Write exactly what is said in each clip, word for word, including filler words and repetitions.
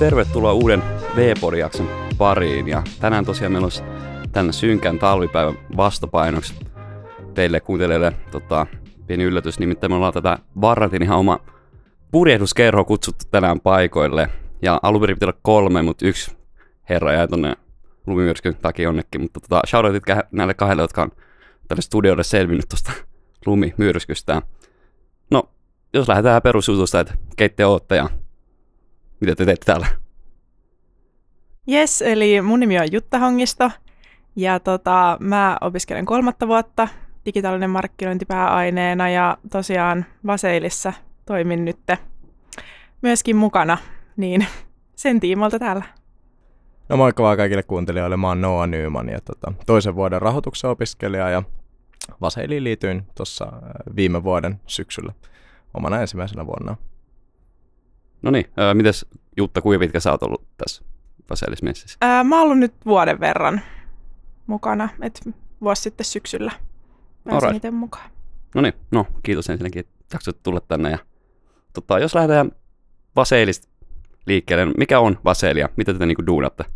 tervetuloa uuden V-podijakson pariin. Ja tänään tosiaan meillä olisi tänne synkän talvipäivän vastapainoksi teille kuuntelijoille tota, pieni yllätys. Nimittäin me ollaan tätä Varrantin ihan oma purjehduskerho kutsuttu tänään paikoille. Ja alun perin pitää olla kolme, mutta yksi herra jäi tonne lumimyrskyn takia onnekin. Mutta tota, shoutoutit näille kahdelle, jotka on tälle studiolle selvinnyt tuosta lumimyrskystä. No, jos lähdetään perusjutusta, että keitä te ootte ja mitä te teette täällä? Jes, eli mun nimi on Jutta Hongisto ja tota, mä opiskelen kolmatta vuotta digitaalinen markkinointi pääaineena ja tosiaan Vaseilissa toimin nyt myöskin mukana, niin sen tiimoilta täällä. No moikka vaan kaikille kuuntelijoille, mä oon Noa Nyman ja tota, toisen vuoden rahoituksen opiskelija ja Vaseiliin liityin tuossa viime vuoden syksyllä omana ensimmäisenä vuonna. No niin, äh, mites Jutta, kuinka pitkä sä oot ollut tässä Vaseilis-messissä? Ää, mä oon ollut nyt vuoden verran mukana, että vuosi sitten syksyllä pääsin itse mukaan. No niin, no kiitos ensinnäkin, että jaksot tulla tänne. Ja, tota, jos lähdetään Vaseilista liikkeelle, mikä on Vaseil ja mitä te niinku duunatte?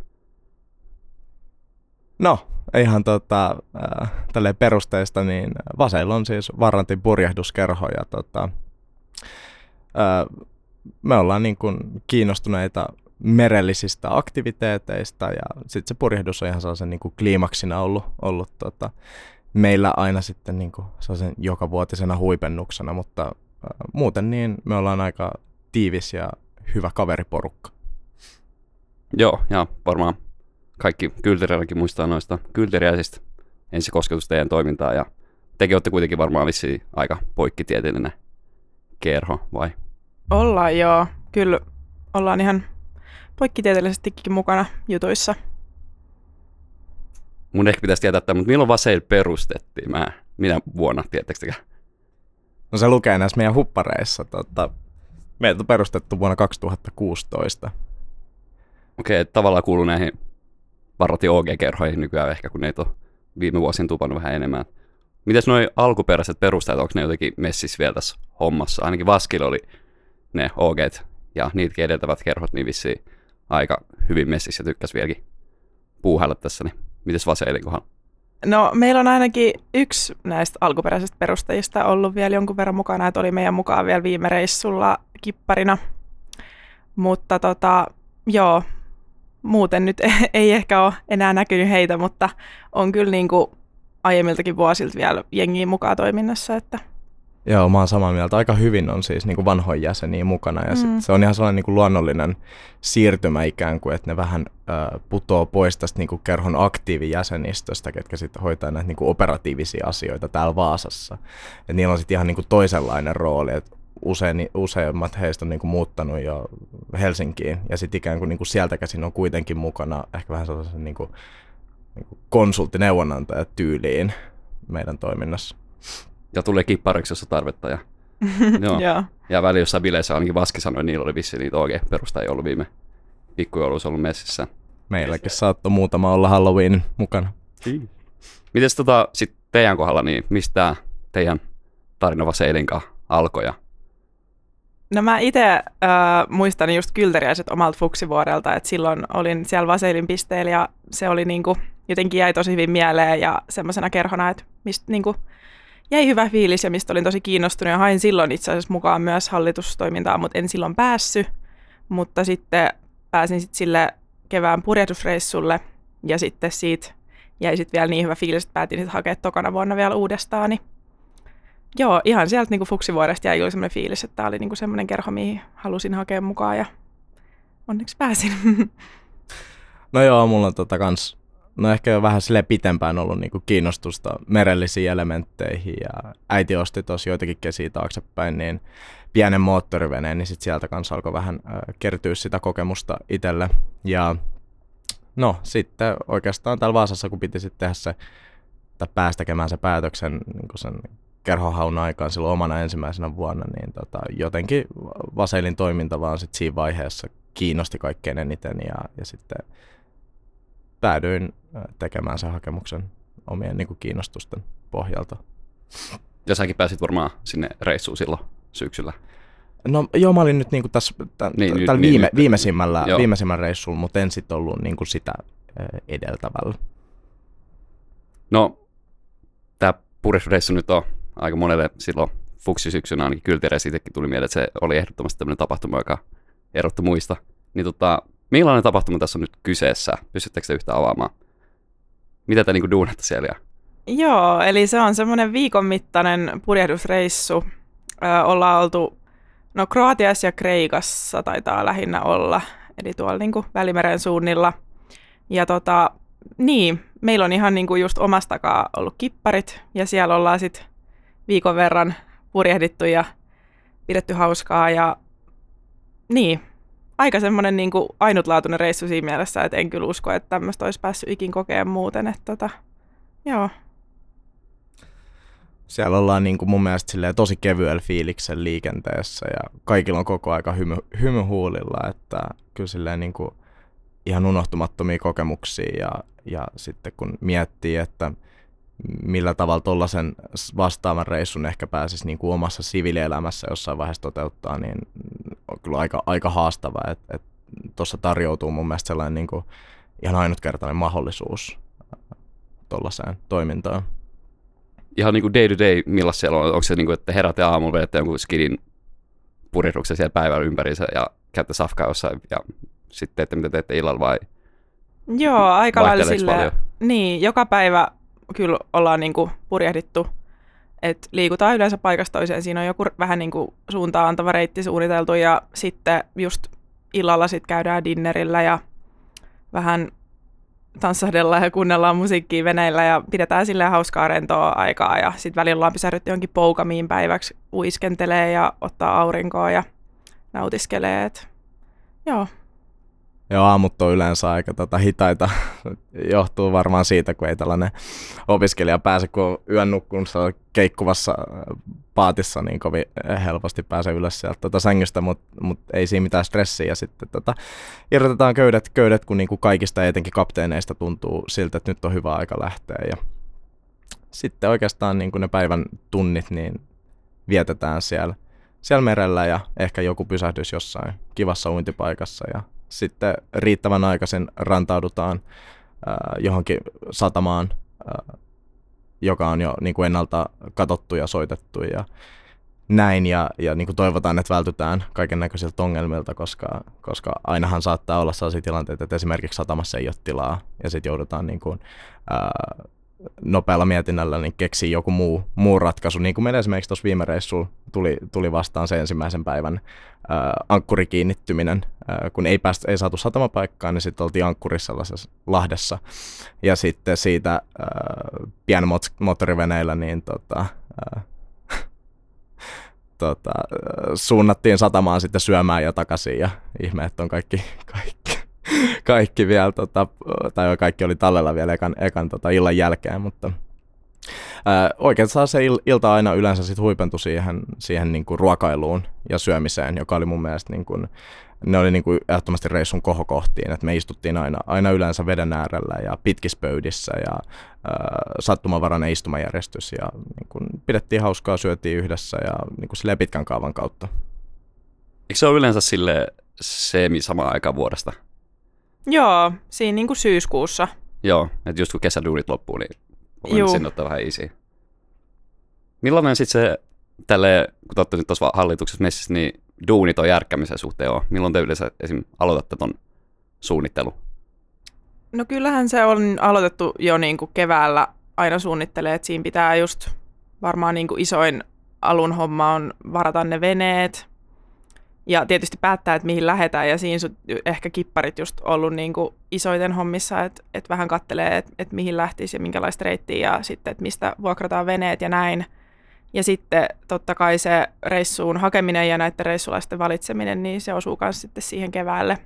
No, ihan tota, äh, tälleen perusteista, niin Vaseil on siis Varrantin purjehduskerho ja tota, äh, me ollaan niin kuin kiinnostuneita merellisistä aktiviteeteista ja sitten se purjehdus on ihan sellaisen niin kuin kliimaksina ollut, ollut tota, meillä aina sitten niin kuin sellaisen jokavuotisena huipennuksena, mutta äh, muuten niin me ollaan aika tiivis ja hyvä kaveriporukka. Joo, ja varmaan kaikki kylteriälläkin muistaa noista kylteriäisistä ensikosketus teidän toimintaa ja tekin olette kuitenkin varmaan vissiin aika poikkitieteellinen kerho, vai? Ollaan joo, kyllä ollaan ihan poikkitieteellisestikin mukana jutuissa. Mun ehkä pitäisi tietää, mutta milloin Vaseil perustettiin? Mä, minä vuonna, tiettekö? No se lukee näissä meidän huppareissa. Tota, meitä on perustettu vuonna kaksituhattakuusitoista. Okei, okay, tavallaan kuuluu näihin Varrantin O G-kerhoihin nykyään ehkä, kun neitä on viime vuosina tupannut vähän enemmän. Mites noi alkuperäiset perusteet, onko ne jotenkin messissä vielä tässä hommassa? Ainakin Vaskilla oli ne O G:t ja niitäkin edeltävät kerhot niin vissiin aika hyvin messissä ja tykkäs vieläkin puuhailla tässä. Niin mites Vaseilin kohdalla? No meillä on ainakin yksi näistä alkuperäisistä perustajista ollut vielä jonkun verran mukana, että oli meidän mukaan vielä viime reissulla kipparina. Mutta tota, joo, muuten nyt ei ehkä ole enää näkynyt heitä, mutta on kyllä niin kuin aiemmiltakin vuosilta vielä jengiä mukaan toiminnassa, että joo, mä oon samaa mieltä. Aika hyvin on siis niin kuin vanhoja jäseniä mukana ja mm. se on ihan sellainen niin kuin luonnollinen siirtymä ikään kuin, että ne vähän äh, putoo pois tästä niin kuin kerhon aktiivijäsenistöstä, ketkä sitten hoitaa näitä niin kuin operatiivisia asioita täällä Vaasassa. Ja niillä on sitten ihan niin kuin toisenlainen rooli, että usein, useimmat heistä on niin kuin muuttanut jo Helsinkiin ja sitten ikään kuin, niin kuin sieltä käsin on kuitenkin mukana ehkä vähän sellaisen niin kuin, niin kuin konsulttineuvonantajatyyliin meidän toiminnassa. Ja tulee kippariksi, jos on tarvetta. Ja, joo. Joo. Ja välillä jossain bileissä ainakin Vaski sanoi, että niillä oli vissiin niitä O G-perustajia ollut viime pikkujouluissa ollut messissä. Meilläkin saattoi muutama olla Halloween mukana. Mites tota, sit teidän kohdalla, niin mistä teidän tarina Vaseilin kanssa alkoi? Ja... No mä itse äh, muistan just kylteriäiset omalta fuksivuodelta, että silloin olin siellä Vaseilin pisteellä ja se oli niinku, jotenkin jäi tosi hyvin mieleen ja semmoisena kerhona, että mistä niinku jäi hyvä fiilis ja mistä olin tosi kiinnostunut ja hain silloin itse asiassa mukaan myös hallitustoimintaan, mutta en silloin päässyt. Mutta sitten pääsin sitten sille kevään purjehdusreissulle ja sitten siitä jäi sitten vielä niin hyvä fiilis, että päätin sitten hakea tokana vuonna vielä uudestaan. Niin joo, ihan sieltä niinku fuksivuodesta jäi semmoinen fiilis, että tämä oli niinku semmoinen kerho, mihin halusin hakea mukaan ja onneksi pääsin. No joo, mulla on tota kans no ehkä jo vähän silleen pitempään ollut niinku kiinnostusta merellisiin elementteihin ja äiti osti tuossa joitakin kesiä taaksepäin niin pienen moottoriveneen, niin sit sieltä kanssa alkoi vähän äh, kertyä sitä kokemusta itselle. Ja no sitten oikeastaan täällä Vaasassa, kun piti sitten tehdä se, tai päästä tekemään se päätöksen niin sen kerhohaun aikaan silloin omana ensimmäisenä vuonna, niin tota, jotenkin Vaseilin toiminta vaan sit siinä vaiheessa kiinnosti kaikkein eniten ja, ja sitten päädyin tekemään sen hakemuksen omien niin kuin kiinnostusten pohjalta. Ja säkin pääsit varmaan sinne reissuun silloin syksyllä. No joo, mä olin nyt niinku tässä tämän, Niin, niin, nyt- tällä niin, viime, nyt- viimeisimmällä, joo. viimeisimmällä reissulla, mutta en sitten ollut niinku sitä ö, edeltävällä. No, tämä purjehdusreissu nyt on aika monelle silloin fuksisyksynä, ainakin kyltireissu itsekin tuli mieleen, että se oli ehdottomasti tämmöinen tapahtuma, joka erottui muista. Niin tota, millainen tapahtuma tässä on nyt kyseessä? Pystyttekö te yhtä avaamaan? Mitä te niinku duunatte siellä? Joo, eli se on semmoinen viikon mittainen purjehdusreissu. Ö, ollaan oltu, no Kroatiassa ja Kreikassa taitaa lähinnä olla, eli tuolla niin kuin Välimeren suunnilla. Ja tota, niin, meillä on ihan niin kuin just omastakaan ollut kipparit, ja siellä ollaan sitten viikon verran purjehdittu ja pidetty hauskaa, ja niin, aika semmoinen niin kuin ainutlaatuinen reissu siinä mielessä, että en kyllä usko, että tämmöistä olisi päässyt ikin kokemaan muuten, että tota, joo. Siellä ollaan niin kuin mun mielestä silleen tosi kevyellä fiiliksen liikenteessä ja kaikilla on koko aika hymy, hymy huulilla, että kyllä silleen niin kuin ihan unohtumattomia kokemuksia ja, ja sitten kun miettii, että millä tavalla tollaisen vastaavan reissun ehkä pääsisi niin kuin omassa siviilielämässä jossain vaiheessa toteuttaa, niin on kyllä aika, aika haastavaa, että, että tuossa tarjoutuu mun mielestä sellainen niin kuin ihan ainutkertainen mahdollisuus tollaiseen toimintaan. Ihan niinku day to day, millaista siellä on? Onko se niinku, että herätte aamulla, vedette jonkun skidin purjehduksen siellä päivällä ympäriinsä ja käytte safkaa jossain ja sitten teette mitä teette illalla vai Joo, aika lailla vaihteleeko silleen. paljon? Niin, joka päivä kyllä ollaan niinku purjehdittu, että liikutaan yleensä paikasta toiseen. Siinä on joku vähän niinku suuntaan antava reitti suunniteltu ja sitten just illalla sit käydään dinnerillä ja vähän tanssahdellaan ja kuunnellaan musiikkia veneillä ja pidetään silleen hauskaa rentoa aikaa ja sitten välillä ollaan pysähdytty johonkin poukamiin päiväksi uiskentelee ja ottaa aurinkoa ja nautiskelee, et joo. Joo, aamut on yleensä aika tota, hitaita. Johtuu varmaan siitä, kun ei tällainen opiskelija pääse, kun on yön nukkunsa keikkuvassa paatissa, niin kovin helposti pääsee ylös sieltä tota sängystä, mutta mut ei siinä mitään stressiä. Ja sitten tota, irrotetaan köydet, köydet kun niinku kaikista etenkin kapteeneista tuntuu siltä, että nyt on hyvä aika lähteä. Ja sitten oikeastaan niinku ne päivän tunnit niin vietetään siellä, siellä merellä ja ehkä joku pysähdys jossain kivassa uintipaikassa ja sitten riittävän aikaisin rantaudutaan äh, johonkin satamaan, äh, joka on jo niin kuin ennalta katsottu ja soitettu ja näin. Ja, ja niin kuin toivotaan, että vältytään kaiken näköisiltä ongelmilta, koska, koska ainahan saattaa olla sellaisia tilanteita, että esimerkiksi satamassa ei ole tilaa ja sitten joudutaan niin kuin, äh, nopealla mietinnällä niin keksii joku muu, muu ratkaisu. Niin kuin meillä esimerkiksi tuossa viime reissulla tuli, tuli vastaan se ensimmäisen päivän ää, ankkurikiinnittyminen. Ää, kun ei, päästä, ei saatu satamapaikkaan, niin sitten oltiin ankkurissa sellaisessa lahdessa. Ja sitten siitä ää, pienmoottoriveneillä niin tota, ää, tota, suunnattiin satamaan sitten syömään ja takaisin. Ja ihme, että on kaikki, kaikki. Kaikki vielä, tota, tai kaikki oli tallella vielä ekan, ekan tota, illan jälkeen, mutta ää, oikeastaan se il, ilta aina yleensä sit huipentui siihen, siihen niinku ruokailuun ja syömiseen, joka oli mun mielestä, niinku, ne oli niinku ehdottomasti reissun kohokohtiin, että me istuttiin aina, aina yleensä veden äärellä ja pitkissä pöydissä ja ää, sattumanvarainen istumajärjestys ja niinku, pidettiin hauskaa, syötiin yhdessä ja niinku, silleen pitkän kaavan kautta. Eikö se ole yleensä sille semi samaan aikaan vuodesta? Joo, siinä niin kuin syyskuussa. Joo, että just kun kesäduunit loppuu, niin voi Juu. sinne ottaa vähän easy. Millainen sitten se, tälle, kun te olette nyt tuossa hallituksessa messissä, niin duunit on järkkäämisen suhteen on. Milloin te yleensä esim. Aloitatte ton suunnittelu? No kyllähän se on aloitettu jo niin kuin keväällä aina suunnittelee, että siinä pitää just varmaan niin kuin isoin alun homma on varata ne veneet ja tietysti päättää, että mihin lähdetään ja siinä ehkä kipparit just ollut niin kuin isoiten hommissa, että, että vähän kattelee, että, että mihin lähtisi ja minkälaista reittiä ja sitten, että mistä vuokrataan veneet ja näin. Ja sitten totta kai se reissuun hakeminen ja näiden reissulaisten valitseminen, niin se osuu myös sitten siihen keväälle.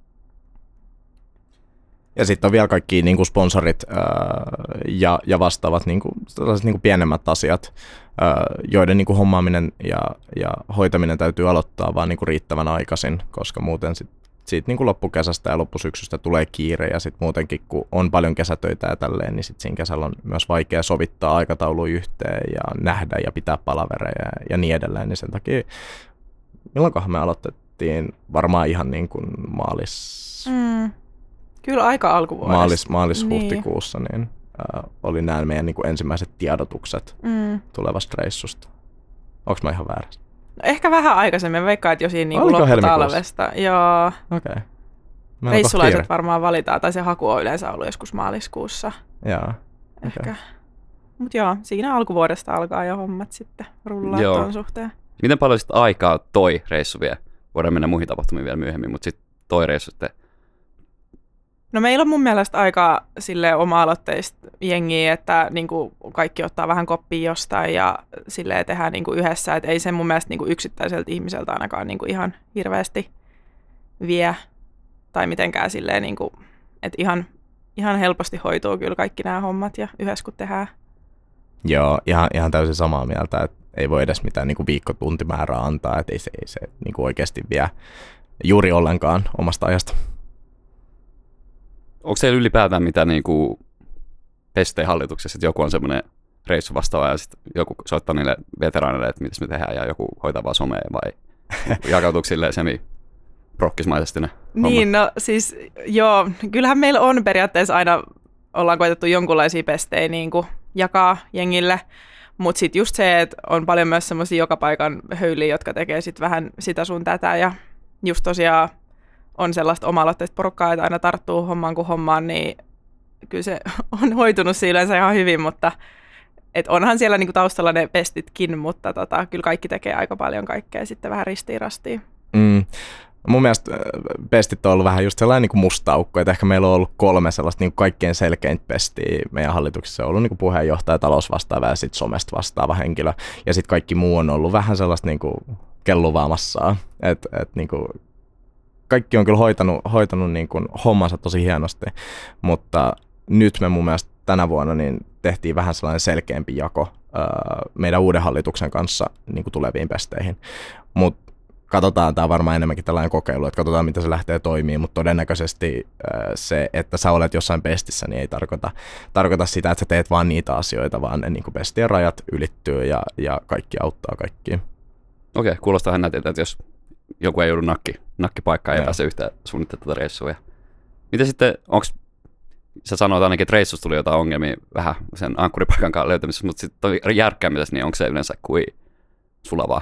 Ja sitten on vielä kaikki niin kuin sponsorit ää, ja, ja vastaavat niin kuin, niin kuin pienemmät asiat, ää, joiden niin kuin hommaaminen ja, ja hoitaminen täytyy aloittaa vaan niin kuin riittävän aikaisin, koska muuten sit, siitä niin kuin loppukesästä ja loppusyksystä tulee kiire ja sitten muutenkin kun on paljon kesätöitä ja tälleen, niin sitten siinä kesällä on myös vaikea sovittaa aikatauluja yhteen ja nähdä ja pitää palavereja ja niin edelleen, niin sen takia milloinkohan me aloitettiin? Varmaan ihan niin kuin maalis... Mm. Kyllä aika alkuvuodesta. Maalis, maalis-huhtikuussa niin. Niin, äh, oli nämä meidän niin kuin ensimmäiset tiedotukset mm. tulevasta reissusta. Onko mä ihan väärässä? No ehkä vähän aikaisemmin. Veikkaan, että jo siinä niin lopputalvesta. Joo. Okei. Okay. Reissulaiset varmaan valitaan, tai se haku on yleensä ollut joskus maaliskuussa. Joo. Ehkä. Okay. Mutta joo, siinä alkuvuodesta alkaa jo hommat sitten rullaa tuon suhteen. Miten paljon sitten aikaa toi reissu vie? Voidaan mennä muihin tapahtumiin vielä myöhemmin, mutta sitten toi reissu sitten... No meillä on mun mielestä aika sille oma-aloitteista jengiä, että niinku kaikki ottaa vähän koppia jostain ja silleen tehdään niinku yhdessä. Et ei se mun mielestä niinku yksittäiseltä ihmiseltä ainakaan niinku ihan hirveästi vie tai mitenkään silleen, niinku, että ihan, ihan helposti hoituu kyllä kaikki nämä hommat ja yhdessä kun tehdään. Joo, ihan, ihan täysin samaa mieltä, että ei voi edes mitään niinku viikkotuntimäärää antaa, että ei se, ei se niinku oikeasti vie juuri ollenkaan omasta ajasta. Onko siellä ylipäätään mitään niinku pestejä hallituksessa, että joku on semmoinen reissu vastaava ja sitten joku soittaa niille veteraaneille, että mitä me tehdään ja joku hoitaa vaan somea vai jakautuuko silleen semi prokkismaisesti ne hommat? Niin, no siis joo, kyllähän meillä on periaatteessa aina, ollaan koetettu jonkunlaisia pestejä niin kuin jakaa jengille, mutta sitten just se, että on paljon myös semmoisia joka paikan höyliä, jotka tekee sitten vähän sitä sun tätä ja just tosiaan on sellaista oma-aloitteista porukkaa, että aina tarttuu hommaan kuin hommaan, niin kyllä se on hoitunut siinä yleensä ihan hyvin, mutta et onhan siellä niinku taustalla ne pestitkin, mutta tota, kyllä kaikki tekee aika paljon kaikkea sitten vähän ristiin rastiin. Mm. Mun mielestä pestit on ollut vähän just sellainen niin musta aukko, että ehkä meillä on ollut kolme sellaista niin kaikkein selkeintä pestiä meidän hallituksessa. On ollut niin puheenjohtaja, talousvastaava ja sitten somesta vastaava henkilö. Ja sitten kaikki muu on ollut vähän sellaista niin kelluvaa massaa. Et, et, niin kuin kaikki on kyllä hoitanut, hoitanut niin kuin hommansa tosi hienosti, mutta nyt me mun mielestä tänä vuonna niin tehtiin vähän sellainen selkeämpi jako ää, meidän uuden hallituksen kanssa niin kuin tuleviin pesteihin. Mutta katsotaan, tämä on varmaan enemmänkin tällainen kokeilu, että katsotaan, mitä se lähtee toimimaan, mutta todennäköisesti ää, se, että sä olet jossain pestissä, niin ei tarkoita, tarkoita sitä, että sä teet vaan niitä asioita, vaan ne niin kuin pestien rajat ylittyy ja, ja kaikki auttaa kaikkiin. Okei, okay, kuulostaa hän näitä, että jos joku ei joudu nakki, nakkipaikkaan, ei pääse yhtään suunnittelemaan tätä reissua. Miten sitten, onko, sä sanoit ainakin, että reissussa tuli jotain ongelmia vähän sen ankkuripaikan kanssa löytämisessä, mutta sitten järkkäämisessä, niin onko se yleensä kuin sulavaa?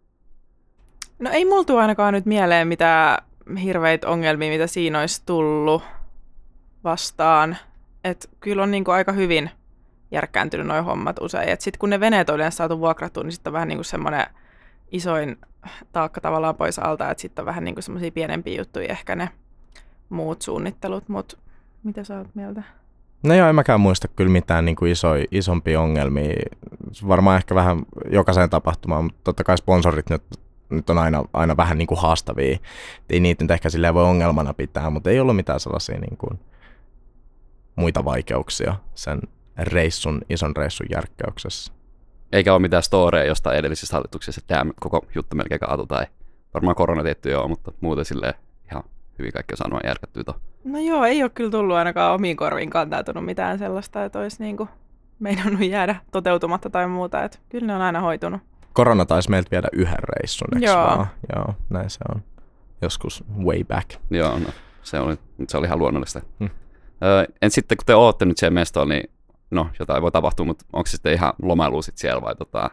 No ei mulla tule ainakaan nyt mieleen mitään hirveitä ongelmia, mitä siinä olisi tullut vastaan. Että kyllä on niinku aika hyvin järkkääntynyt nuo hommat usein. Sitten kun ne veneet on yleensä saatu vuokrattua, niin sitten on vähän niinku semmoinen isoin taakka tavallaan pois alta, että sitten on vähän niinku semmoisia pienempiä juttuja ehkä ne muut suunnittelut, mutta mitä sä oot mieltä? No joo, en mäkään muista kyllä mitään niin kuin isoja, isompia ongelmia. Varmaan ehkä vähän jokaiseen tapahtumaan, mutta totta kai sponsorit nyt, nyt on aina, aina vähän niin kuin haastavia. Ei niitä nyt ehkä silleen voi ongelmana pitää, mutta ei ollut mitään sellaisia niin kuin muita vaikeuksia sen reissun, ison reissun järkkäyksessä. Eikä ole mitään storeja jostain edellisessä hallituksessa, että tämä koko juttu melkein kaatu tai varmaan korona tietty joo, mutta muuten silleen ihan hyvin kaikki on saanut järkättyä tuon. No joo, ei ole kyllä tullut ainakaan omiin korviin kantautunut mitään sellaista, että olisi niinku meinannut jäädä toteutumatta tai muuta, että kyllä ne on aina hoitunut. Korona taisi meiltä viedä yhden reissun, eikö joo. vaan? Joo, näin se on. Joskus way back. Joo, no, se oli, se oli ihan luonnollista. Hmm. Öö, en sitten, kun te ootte nyt siellä mestolla, niin no, jotain voi tapahtua, mutta onko se sitten ihan lomailu sit siellä vai tota?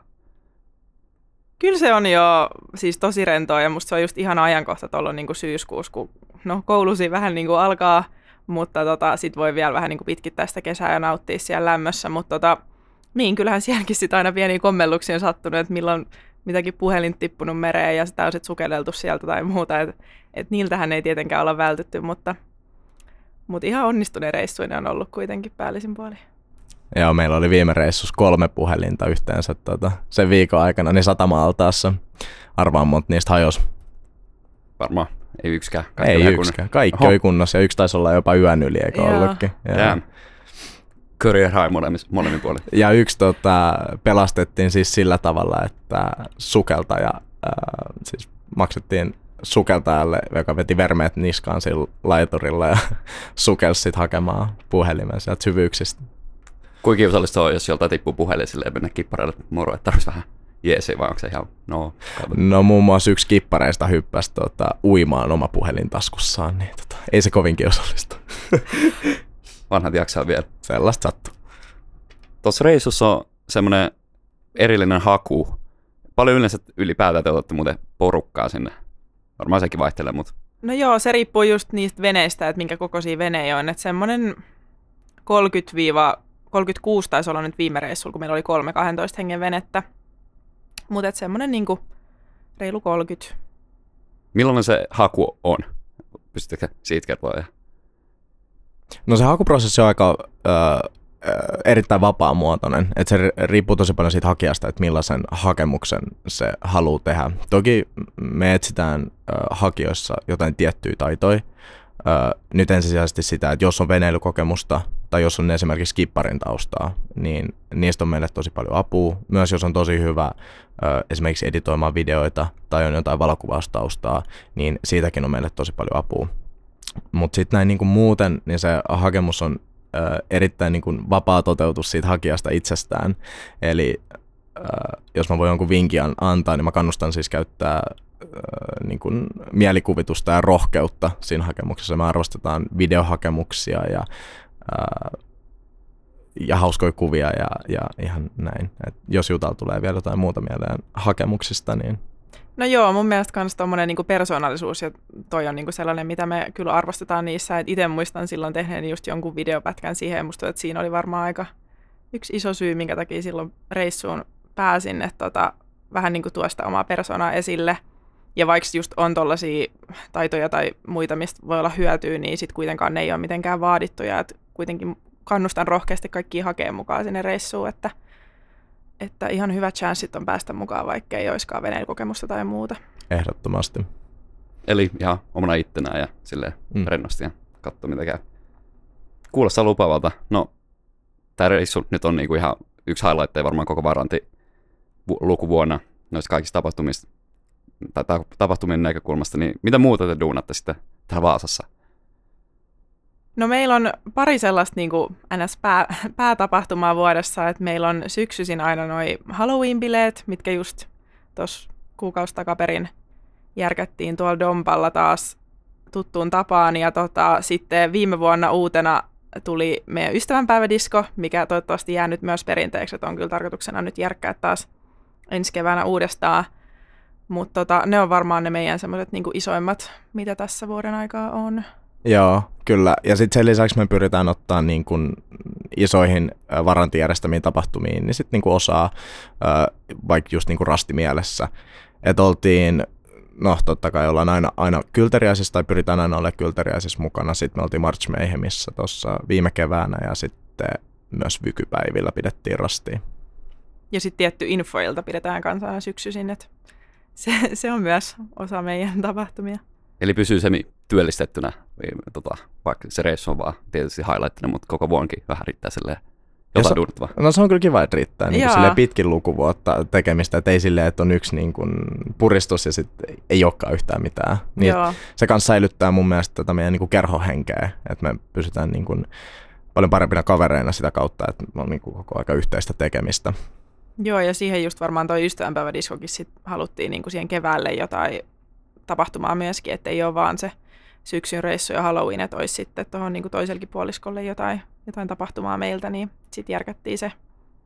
Kyllä se on jo siis tosi rentoa ja musta se on just ihana ajankohta tuolla niin kuin syyskuussa, kun no, koulusi vähän niin kuin alkaa, mutta tota, sit voi vielä vähän niin kuin pitkittää sitä kesää ja nauttia siellä lämmössä, mutta tota, niin kyllähän sielläkin sit aina pieniä kommelluksia on sattunut, että milloin mitäkin puhelin tippunut mereen ja sitä on sitten sukeleltu sieltä tai muuta, että et niiltähän ei tietenkään olla vältytty, mutta, mutta ihan onnistuneen reissuinen on ollut kuitenkin päällisin puolin. Joo, meillä oli viime reissussa kolme puhelinta yhteensä tota, sen viikon aikana, niin satama-altaassa. Arvaan monta niistä hajosi. Varmaan, ei yksikään. Kaikki ei yksikään, kaikki oli kunnossa ja yksi taisi olla jopa yön yli, eikö Joo. ollutkin. Damn. Career high molemmin puolin. Ja yksi tota, pelastettiin siis sillä tavalla, että sukeltaja, äh, siis maksettiin sukeltajalle, joka veti vermeet niskaan sillä laiturilla ja sukelsi sit hakemaan puhelimen sieltä syvyyksistä. Kuinka kiusallista on, jos joltain tippuu puhelin silleen mennä kippareille moro, että tarvitsisi vähän jeesi vai onko se ihan no? No muun muassa yksi kippareista hyppäsi tota, uimaan oma puhelin taskussaan, niin tota, ei se kovinkin osallista. Vanhat jaksaa vielä. Sellaista sattuu. Tuossa reissussa on semmoinen erillinen haku. Paljon yleensä ylipäätään te otatte muuten porukkaa sinne. Varmaan sekin vaihtelee, mutta... No joo, se riippuu just niistä veneistä, että minkä kokoisia venejä on. Että semmoinen kolmekymmentä kolmekymmentäkuusi taisi olla nyt viime reissulla, kun meillä oli kolme kaksitoista hengen venettä. Mutta semmoinen niinku reilu kolmekymmentä. Millainen se haku on? Pystytkö siitä kertoa? No se hakuprosessi on aika ö, erittäin vapaamuotoinen, että se riippuu tosi paljon siitä hakijasta, että millaisen hakemuksen se haluaa tehdä. Toki me etsitään ö, hakijoissa jotain tiettyjä taitoja. Ö, nyt ensisijaisesti sitä, että jos on veneilykokemusta tai jos on esimerkiksi skipparin taustaa, niin niistä on meille tosi paljon apua. Myös jos on tosi hyvä ö, esimerkiksi editoimaan videoita tai on jotain valokuvaustaustaa, niin siitäkin on meille tosi paljon apua. Mutta sitten näin niinku muuten, niin se hakemus on ö, erittäin niinku vapaa toteutus siitä hakijasta itsestään. Eli ö, jos mä voin jonkun vinkin antaa, niin mä kannustan siis käyttää ö, niinku mielikuvitusta ja rohkeutta siinä hakemuksessa. Me arvostetaan videohakemuksia ja, ö, ja hauskoja kuvia ja, ja ihan näin. Et jos Jutalla tulee vielä jotain muuta mieleen hakemuksista, niin... No joo, mun mielestä myös tuommoinen niinku persoonallisuus, ja toi on niinku sellainen, mitä me kyllä arvostetaan niissä. Itse muistan silloin tehneeni just jonkun videopätkän siihen, ja musta, että siinä oli varmaan aika yksi iso syy, minkä takia silloin reissuun pääsin, että tota, vähän niinku tuosta omaa persoonaa esille. Ja vaikka just on tollaisia taitoja tai muita, mistä voi olla hyötyä, niin sitten kuitenkaan ne ei ole mitenkään vaadittuja. Et kuitenkin kannustan rohkeasti kaikkia hakemaan mukaan sinne reissuun, että Että ihan hyvät chanssit on päästä mukaan, vaikka ei olisikaan veneilykokemusta tai muuta. Ehdottomasti. Eli ihan omana ittenään ja silleen Mm. rennosti ja katso mitä käy. Kuulostaa lupaavalta. No, tämä reissu nyt on niinku ihan yksi highlightteja varmaan koko varanti lukuvuonna noista kaikista tapahtumista tai ta- tapahtumien näkökulmasta. Niin mitä muuta te duunatte sitten täällä Vaasassa? No meillä on pari sellaista niin kuin ns. Pää, päätapahtumaa vuodessa, että meillä on syksyisin aina noi Halloween-bileet, mitkä just tuossa kuukausi takaperin järkättiin tuolla Dompalla taas tuttuun tapaan. Ja tota, sitten viime vuonna uutena tuli meidän ystävänpäivädisko, mikä toivottavasti jää nyt myös perinteeksi, että on kyllä tarkoituksena nyt järkkää taas ensi keväänä uudestaan. Mutta tota, ne on varmaan ne meidän semmoiset niin kuin isoimmat, mitä tässä vuoden aikaa on. Joo, kyllä. Ja sitten sen lisäksi me pyritään ottaa niin kun isoihin äh, varantijärjestämiin tapahtumiin niin sit niin kun osaa äh, vaikka just niin kun rastimielessä. Että oltiin, no totta kai ollaan aina, aina kylteriäisissä tai pyritään aina olemaan kylteriäisissä mukana. Sitten me oltiin March Mayhemissä tuossa viime keväänä ja sitten myös Vykypäivillä pidettiin rastia. Ja sitten tietty infoilta pidetään kanssa aina syksyisin, että se, se on myös osa meidän tapahtumia. Eli pysyy semi työllistettynä, tota, vaikka se reissu on vaan tietysti highlighttina, mutta koko vuonkin vähän riittää silleen jotain duunattavaa. No se on kyllä kiva, että riittää niin silleen pitkin lukuvuotta tekemistä, että ei silleen, että on yksi niin kuin puristus ja sitten ei olekaan yhtään mitään. Niin se kanssa säilyttää mun mielestä tätä meidän niin kuin kerhohenkeä, että me pysytään niin kuin paljon parempina kavereina sitä kautta, että on niin kuin koko aika yhteistä tekemistä. Joo, ja siihen just varmaan toi ystävänpäivädiskokin sit haluttiin niin kuin siihen keväälle jotain tapahtumaa myöskin, että ei ole vaan se syksyn reissu ja Halloween, että olisi sitten tuohon niin kuin toisellekin puoliskolle jotain, jotain tapahtumaa meiltä, niin sitten järkättiin se.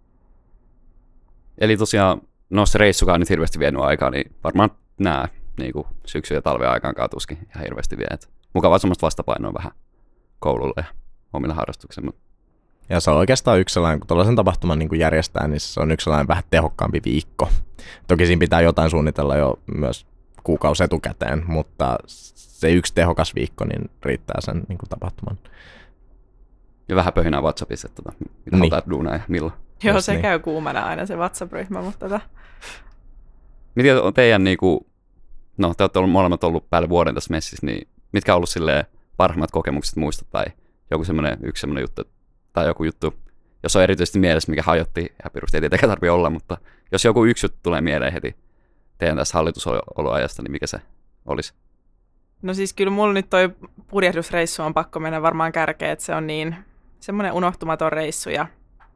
Eli tosiaan, no se reissukaan nyt hirveästi vienyt aikaa, niin varmaan nämä niin kuin syksy- ja talven aikaan tuskin ihan hirveästi vie. Mukavaa semmoista vastapainoa vähän koululle ja omilla harrastuksilla. Mutta... Ja se on oikeastaan yksi sellainen, kun tuollaisen tapahtuman niin kuin järjestää, niin se on yksi sellainen vähän tehokkaampi viikko. Toki siinä pitää jotain suunnitella jo myös kuukausi etukäteen, mutta se yksi tehokas viikko niin riittää sen niin kuin tapahtuman. Ja vähän pöhinää WhatsAppissa, että tota, mitä niin. halutaan duunaa ja milloin. Joo, se niin. käy kuumana aina se WhatsApp-ryhmä, mutta tota... Mitkä on teidän, niin kuin, no te olette molemmat ollut päälle vuoden tässä messissä, niin mitkä on ollut silleen parhaimmat kokemukset muista tai joku semmoinen, yksi semmoinen juttu, tai joku juttu, jos on erityisesti mielessä, mikä hajotti, ihan pirusti ei tietenkään tarvitse olla, mutta jos joku yksi juttu tulee mieleen heti teidän tässä hallitusoloajasta, niin mikä se olisi? No siis kyllä mulla nyt toi purjehdusreissu on pakko mennä varmaan kärkeen, että se on niin semmoinen unohtumaton reissu ja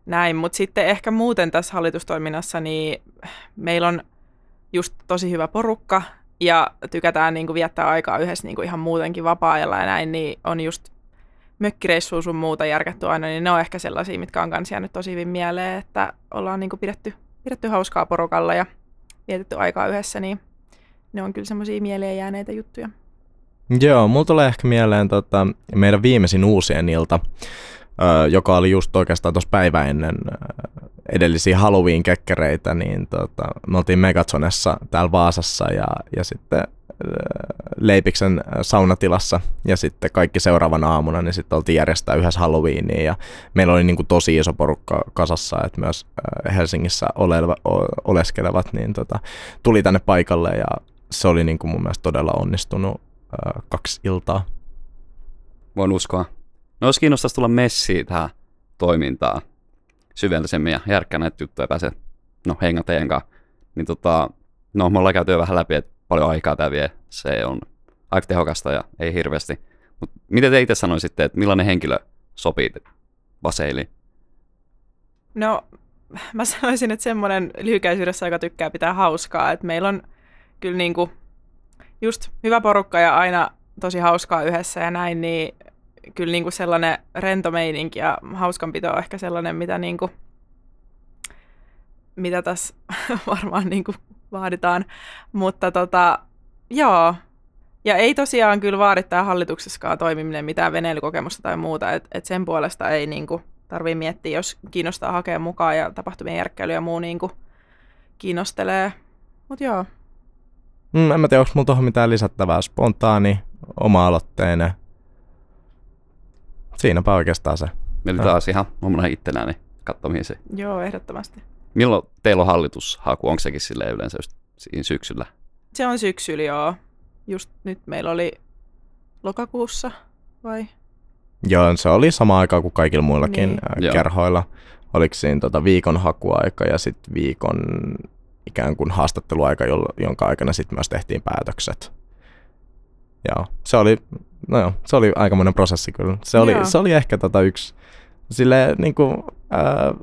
näin. Mutta sitten ehkä muuten tässä hallitustoiminnassa, niin meillä on just tosi hyvä porukka ja tykätään niin kuin viettää aikaa yhdessä niin kuin ihan muutenkin vapaa-ajalla ja näin, niin on just mökkireissua sun muuta järkätty aina, niin ne on ehkä sellaisia, mitkä on kans jäänyt tosi hyvin mieleen, että ollaan niin kuin pidetty, pidetty hauskaa porukalla ja vietetty aikaa yhdessä, niin ne on kyllä semmoisia mieleen jääneitä juttuja. Joo, mulla tulee ehkä mieleen tota, meidän viimeisin uusien ilta, ö, joka oli just oikeastaan tuossa päivä ennen ö, edellisiä Halloween-kekkereitä, niin tota, me oltiin Megazonessa täällä Vaasassa ja, ja sitten ö, Leipiksen saunatilassa ja sitten kaikki seuraavana aamuna, niin sitten oltiin järjestää yhdessä Halloweenia ja meillä oli niin kuin tosi iso porukka kasassa, että myös ö, Helsingissä oleva, o, oleskelevat niin tota, tuli tänne paikalle ja se oli niin kuin mun mielestä todella onnistunut kaksi iltaa. Voin uskoa. No jos kiinnostaisi tulla messiin tähän toimintaan syvällisemmin ja järkkää näitä juttuja pääsee no henga teidän kanssa, niin tota, no me ollaan käyty jo vähän läpi, että paljon aikaa tämä vie. Se on aika tehokasta ja ei hirveästi. Mut miten te itse sanoisitte, että millainen henkilö sopii Vaseiliin? No mä sanoisin, että semmoinen lyhykäisyydessä, joka tykkää pitää hauskaa, että meillä on kyllä niinku just hyvä porukka ja aina tosi hauskaa yhdessä ja näin, niin kyllä niinku sellainen rento meininki ja hauskanpito on ehkä sellainen, mitä, niinku, mitä tässä varmaan niinku vaaditaan. Mutta tota, joo, ja ei tosiaan kyllä vaadi tämä hallituksessakaan toimiminen mitään veneilykokemusta tai muuta, että et sen puolesta ei niinku tarvitse miettiä, jos kiinnostaa hakea mukaan ja tapahtumien järkkäily ja muu niinku kiinnostelee, mutta joo. Mm, en mä tiedä, onko mulla tuohon mitään lisättävää. Spontaani, oma-aloitteinen. Siinäpä oikeastaan se. Eli taas ihan omana ittenään katsomiin se. Joo, ehdottomasti. Milloin teillä on hallitushaku? Onko sekin silleen yleensä just siinä syksyllä? Se on syksyllä, joo. Just nyt meillä oli lokakuussa, vai? Joo, se oli sama aikaa kuin kaikilla muillakin Niin. äh, kerhoilla. Oliko siinä tota viikon hakuaika ja sitten viikon ikään kuin haastatteluaika, jonka aikana sitten myös tehtiin päätökset. Joo, se oli, no joo, se oli aikamoinen prosessi kyllä. Se oli, se oli ehkä tota yksi silleen niin kuin, ää,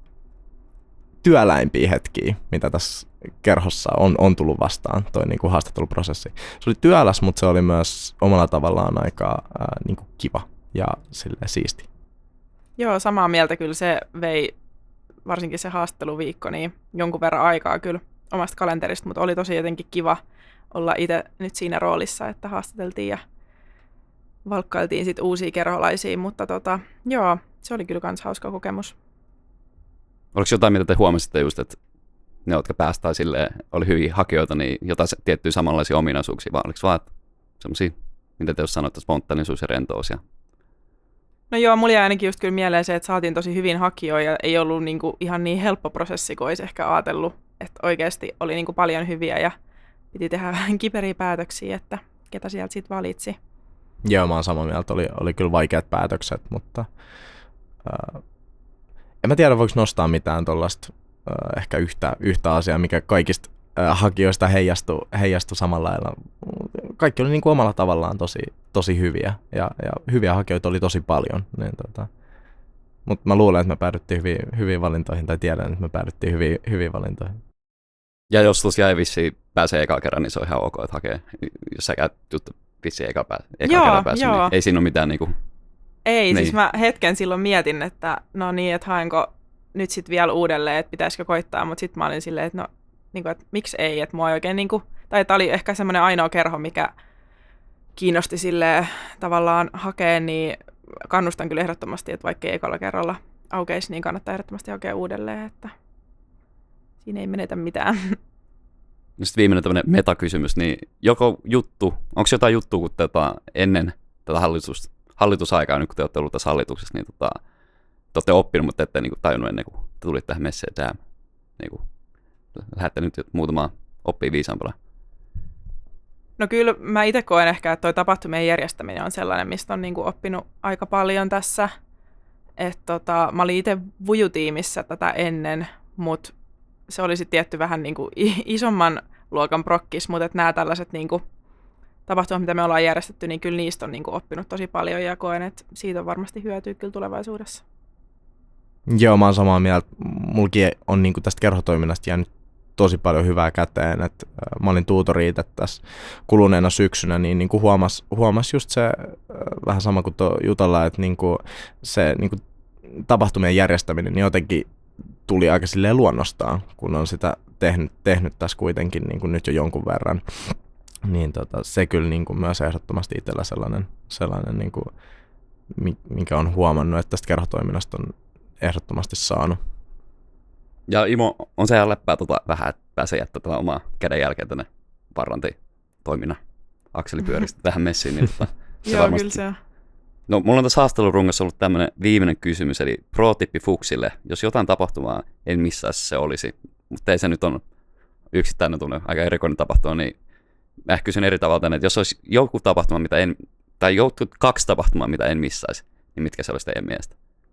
työläimpiä hetkiä, mitä tässä kerhossa on, on tullut vastaan, toi niin kuin haastatteluprosessi. Se oli työläs, mutta se oli myös omalla tavallaan aika ää, niin kuin kiva ja silleen siisti. Joo, samaa mieltä kyllä se vei, varsinkin se haastatteluviikko, niin jonkun verran aikaa kyllä omasta kalenterista, mutta oli tosi jotenkin kiva olla itse nyt siinä roolissa, että haastateltiin ja valkkailtiin sitten uusia kerholaisia, mutta tota, joo, se oli kyllä kans hauska kokemus. Oliko jotain, mitä te huomasitte just, että ne, jotka päästään silleen, oli hyviä hakijoita, niin jotain tiettyjä samanlaisia ominaisuuksia, vaan oliko vaan semmoisia, mitä te jos sanoitte, spontaanisuus ja rentous? Ja... No joo, mulla jäi ainakin just kyllä mieleen se, että saatiin tosi hyvin hakijoita ja ei ollut niinku ihan niin helppo prosessi kuin olisi ehkä ajatellut, että oikeasti oli niinku paljon hyviä ja piti tehdä vähän kiperiä päätöksiä, että ketä sieltä sitten valitsi. Joo, mä oon samaa mieltä. Oli, oli kyllä vaikeat päätökset, mutta äh, en mä tiedä, voiko nostaa mitään tuollaista äh, ehkä yhtä, yhtä asiaa, mikä kaikista äh, hakijoista heijastui, heijastui samalla lailla. Kaikki oli niin kuin omalla tavallaan tosi, tosi hyviä ja, ja hyviä hakijoita oli tosi paljon. Niin, tota, mutta mä luulen, että me päädyttiin hyviin, hyviin valintoihin, tai tiedän, että me päädyttiin hyviin, hyviin valintoihin. Ja jos tosiaan ei vissiin pääse eka kerran, niin se on ihan ok, että hakee. Jos sä käyt juttu vissiin eka, pää- eka joo, kerran pääse, joo. niin ei siinä ole mitään niinku... Ei, niin. Siis mä hetken silloin mietin, että no niin, että haenko nyt sitten vielä uudelleen, että pitäisikö koittaa, mutta sitten mä olin silleen, että no, niinku, että miksi ei, että mua ei oikein niinku, tai tämä oli ehkä semmoinen ainoa kerho, mikä kiinnosti silleen tavallaan hakea, niin kannustan kyllä ehdottomasti, että vaikka ei ekalla kerralla aukeisi, niin kannattaa ehdottomasti hakea uudelleen, että siinä ei menetä mitään. No sitten viimeinen tämmöinen metakysymys, niin joko juttu, onko jotain juttua, kun tätä ennen tätä hallitus, hallitusaikaa, nyt kun te olette ollut tässä hallituksessa, niin tota, te olette oppinut, mutta ette niin kuin tajunnut ennen kuin te tulitte tähän messeen tähän, niin kuin, lähdette nyt muutamaa oppia viisaampana. No kyllä mä itse koen ehkä, että toi tapahtumien järjestäminen on sellainen, mistä on niin kuin oppinut aika paljon tässä. Et tota, mä olin itse vujutiimissä tätä ennen, mutta se oli sitten tietty vähän niin kuin isomman luokan prokkis, mutta nämä tällaiset niin kuin tapahtumat, mitä me ollaan järjestetty, niin kyllä niistä on niin kuin oppinut tosi paljon ja koen, että siitä on varmasti hyötyä kyllä tulevaisuudessa. Joo, mä oon samaa mieltä. Mulki on niin kuin tästä kerhotoiminnasta jäänyt tosi paljon hyvää käteen. Et, äh, mä olin tuutori itse tässä kuluneena syksynä, niin, niin kuin huomas, huomas just se, äh, vähän sama kuin tuo Jutalla, että niin kuin se niin kuin tapahtumien järjestäminen niin jotenkin tuli aika silleen luonnostaan, kun on sitä tehnyt, tehnyt tässä kuitenkin niin kuin nyt jo jonkun verran. Niin tota, se kyllä niin kuin myös ehdottomasti itsellä sellainen, sellainen niin kuin, minkä on huomannut, että tästä kerhotoiminnasta on ehdottomasti saanut. Ja Imo, on se ihan läppää tota, vähän, että pääsee jättämään tota omaa kädenjälkeen tänne Varranti-toiminnan akselipyöristä tähän messiin. Niin, tota, se Joo, varmasti... kyllä se on. No, mulla on tässä haastelurungossa ollut tämmöinen viimeinen kysymys, eli pro-tippi Fuksille. Jos jotain tapahtumaa en missaisi, se olisi. Mutta ei se nyt on yksittäinen tunne, aika erikoinen tapahtuma, niin mä ehkä kysyn eri tavalla tänne, että jos olisi joku tapahtuma, mitä en, tai joku kaksi tapahtumaa, mitä en missaisi, niin mitkä se olisi teidän mielestä?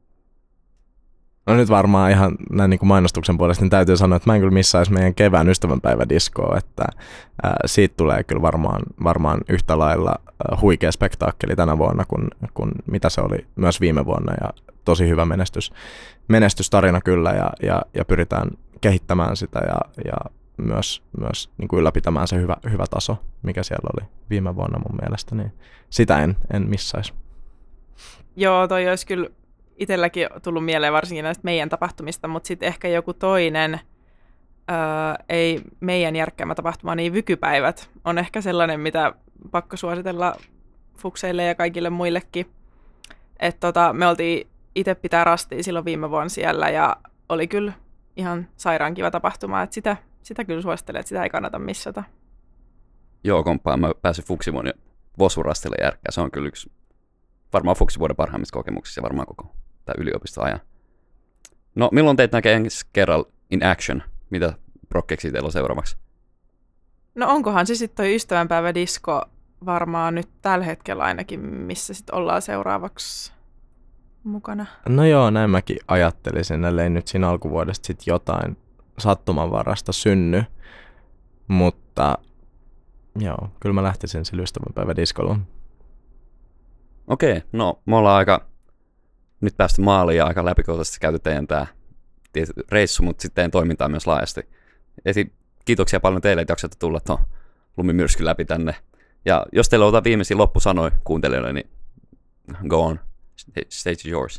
No nyt varmaan ihan näin niin kuin mainostuksen puolesta niin täytyy sanoa, että mä en kyllä missaisi meidän kevään ystävänpäivädiskoa, että ää, siitä tulee kyllä varmaan, varmaan yhtä lailla ää, huikea spektaakkeli tänä vuonna kuin, kuin mitä se oli myös viime vuonna ja tosi hyvä menestys, menestystarina kyllä ja, ja, ja pyritään kehittämään sitä ja, ja myös, myös niin kuin ylläpitämään se hyvä, hyvä taso, mikä siellä oli viime vuonna mun mielestä, niin sitä en, en missaisi. Joo, toi olisi kyllä itselläkin tullut mieleen varsinkin näistä meidän tapahtumista, mutta sitten ehkä joku toinen, öö, ei meidän järkkäämä tapahtuma, niin vykypäivät on ehkä sellainen, mitä pakko suositella fukseille ja kaikille muillekin. Et tota, me oltiin itse pitää rastia silloin viime vuonna siellä ja oli kyllä ihan sairaan kiva tapahtuma, että sitä, sitä kyllä suosittelen, että sitä ei kannata missata. Joo, komppaan. Mä pääsin Fuksivuon ja Vosurastille järkkää. Se on kyllä yksi varmaan Fuksivuoden parhaimmista kokemuksista ja varmaan koko tämä yliopistoajan. No, milloin teitä näkee ensi kerralla in action? Mitä prokkeksia teillä on seuraavaksi? No onkohan se sitten toi ystävänpäivädisko varmaan nyt tällä hetkellä ainakin, missä sitten ollaan seuraavaksi mukana. No joo, näin mäkin ajattelisin, ellei nyt siinä alkuvuodesta sitten jotain sattumanvarasta synny, mutta joo, kyllä mä lähtisin sillä ystävänpäivädiskolla. Okei, no me ollaan aika nyt päästy maaliin ja aika läpikohtaisesti käyty teidän tämä reissu, mutta sitten teidän toimintaa myös laajasti. Esi- kiitoksia paljon teille, että jaksatte tulla tuon lumimyrskyn läpi tänne. Ja jos teillä on jotain viimeisiä loppusanoja kuuntelijoille, niin go on, stage is yours.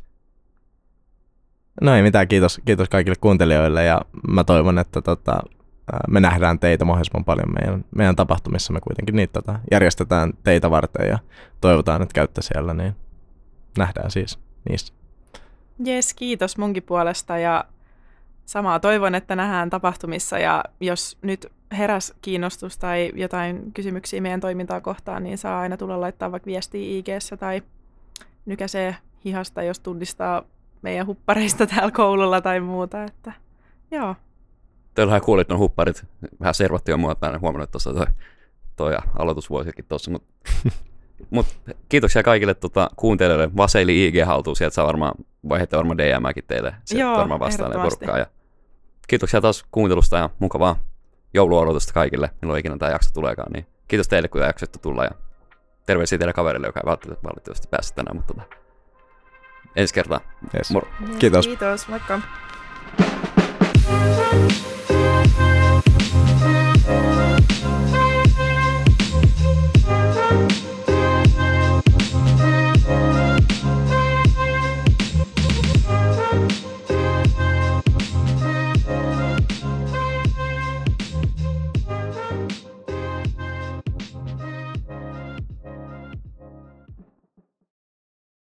No ei mitään, kiitos, kiitos kaikille kuuntelijoille ja mä toivon, että tota, me nähdään teitä mahdollisimman paljon meidän, meidän tapahtumissa. Me kuitenkin niitä tota, järjestetään teitä varten ja toivotaan, että käytte siellä, niin nähdään siis niissä. Jes, kiitos munkin puolesta ja samaa toivon, että nähdään tapahtumissa ja jos nyt heräs kiinnostus tai jotain kysymyksiä meidän toimintaa kohtaan, niin saa aina tulla laittaa vaikka viestiä I G:ssä tai nykäisee hihasta, jos tunnistaa meidän huppareista täällä koululla tai muuta, että joo. Teillähän kuulit nuo hupparit, vähän servatti jo mua, mä en huomannut tuossa toi, toi aloitusvuosikin tuossa, mutta mut, kiitoksia kaikille tota, kuuntelijoille. Vaseili I G haltuu, sieltä saa varmaan, vaihdette varmaan D M:äkin teille, sieltä joo, varmaan vastailee porukkaa. Ja kiitoksia taas kuuntelusta ja mukavaa jouluodotusta kaikille, milloin ikinä tämä jakso tuleekaan. Niin kiitos teille, kun jaksoitte tulla ja terveisiä teille kaverille, joka ei valitettavasti päässyt tänään, mutta tota, ensi kertaa. Yes. Moro. Kiitos. Kiitos, moikka.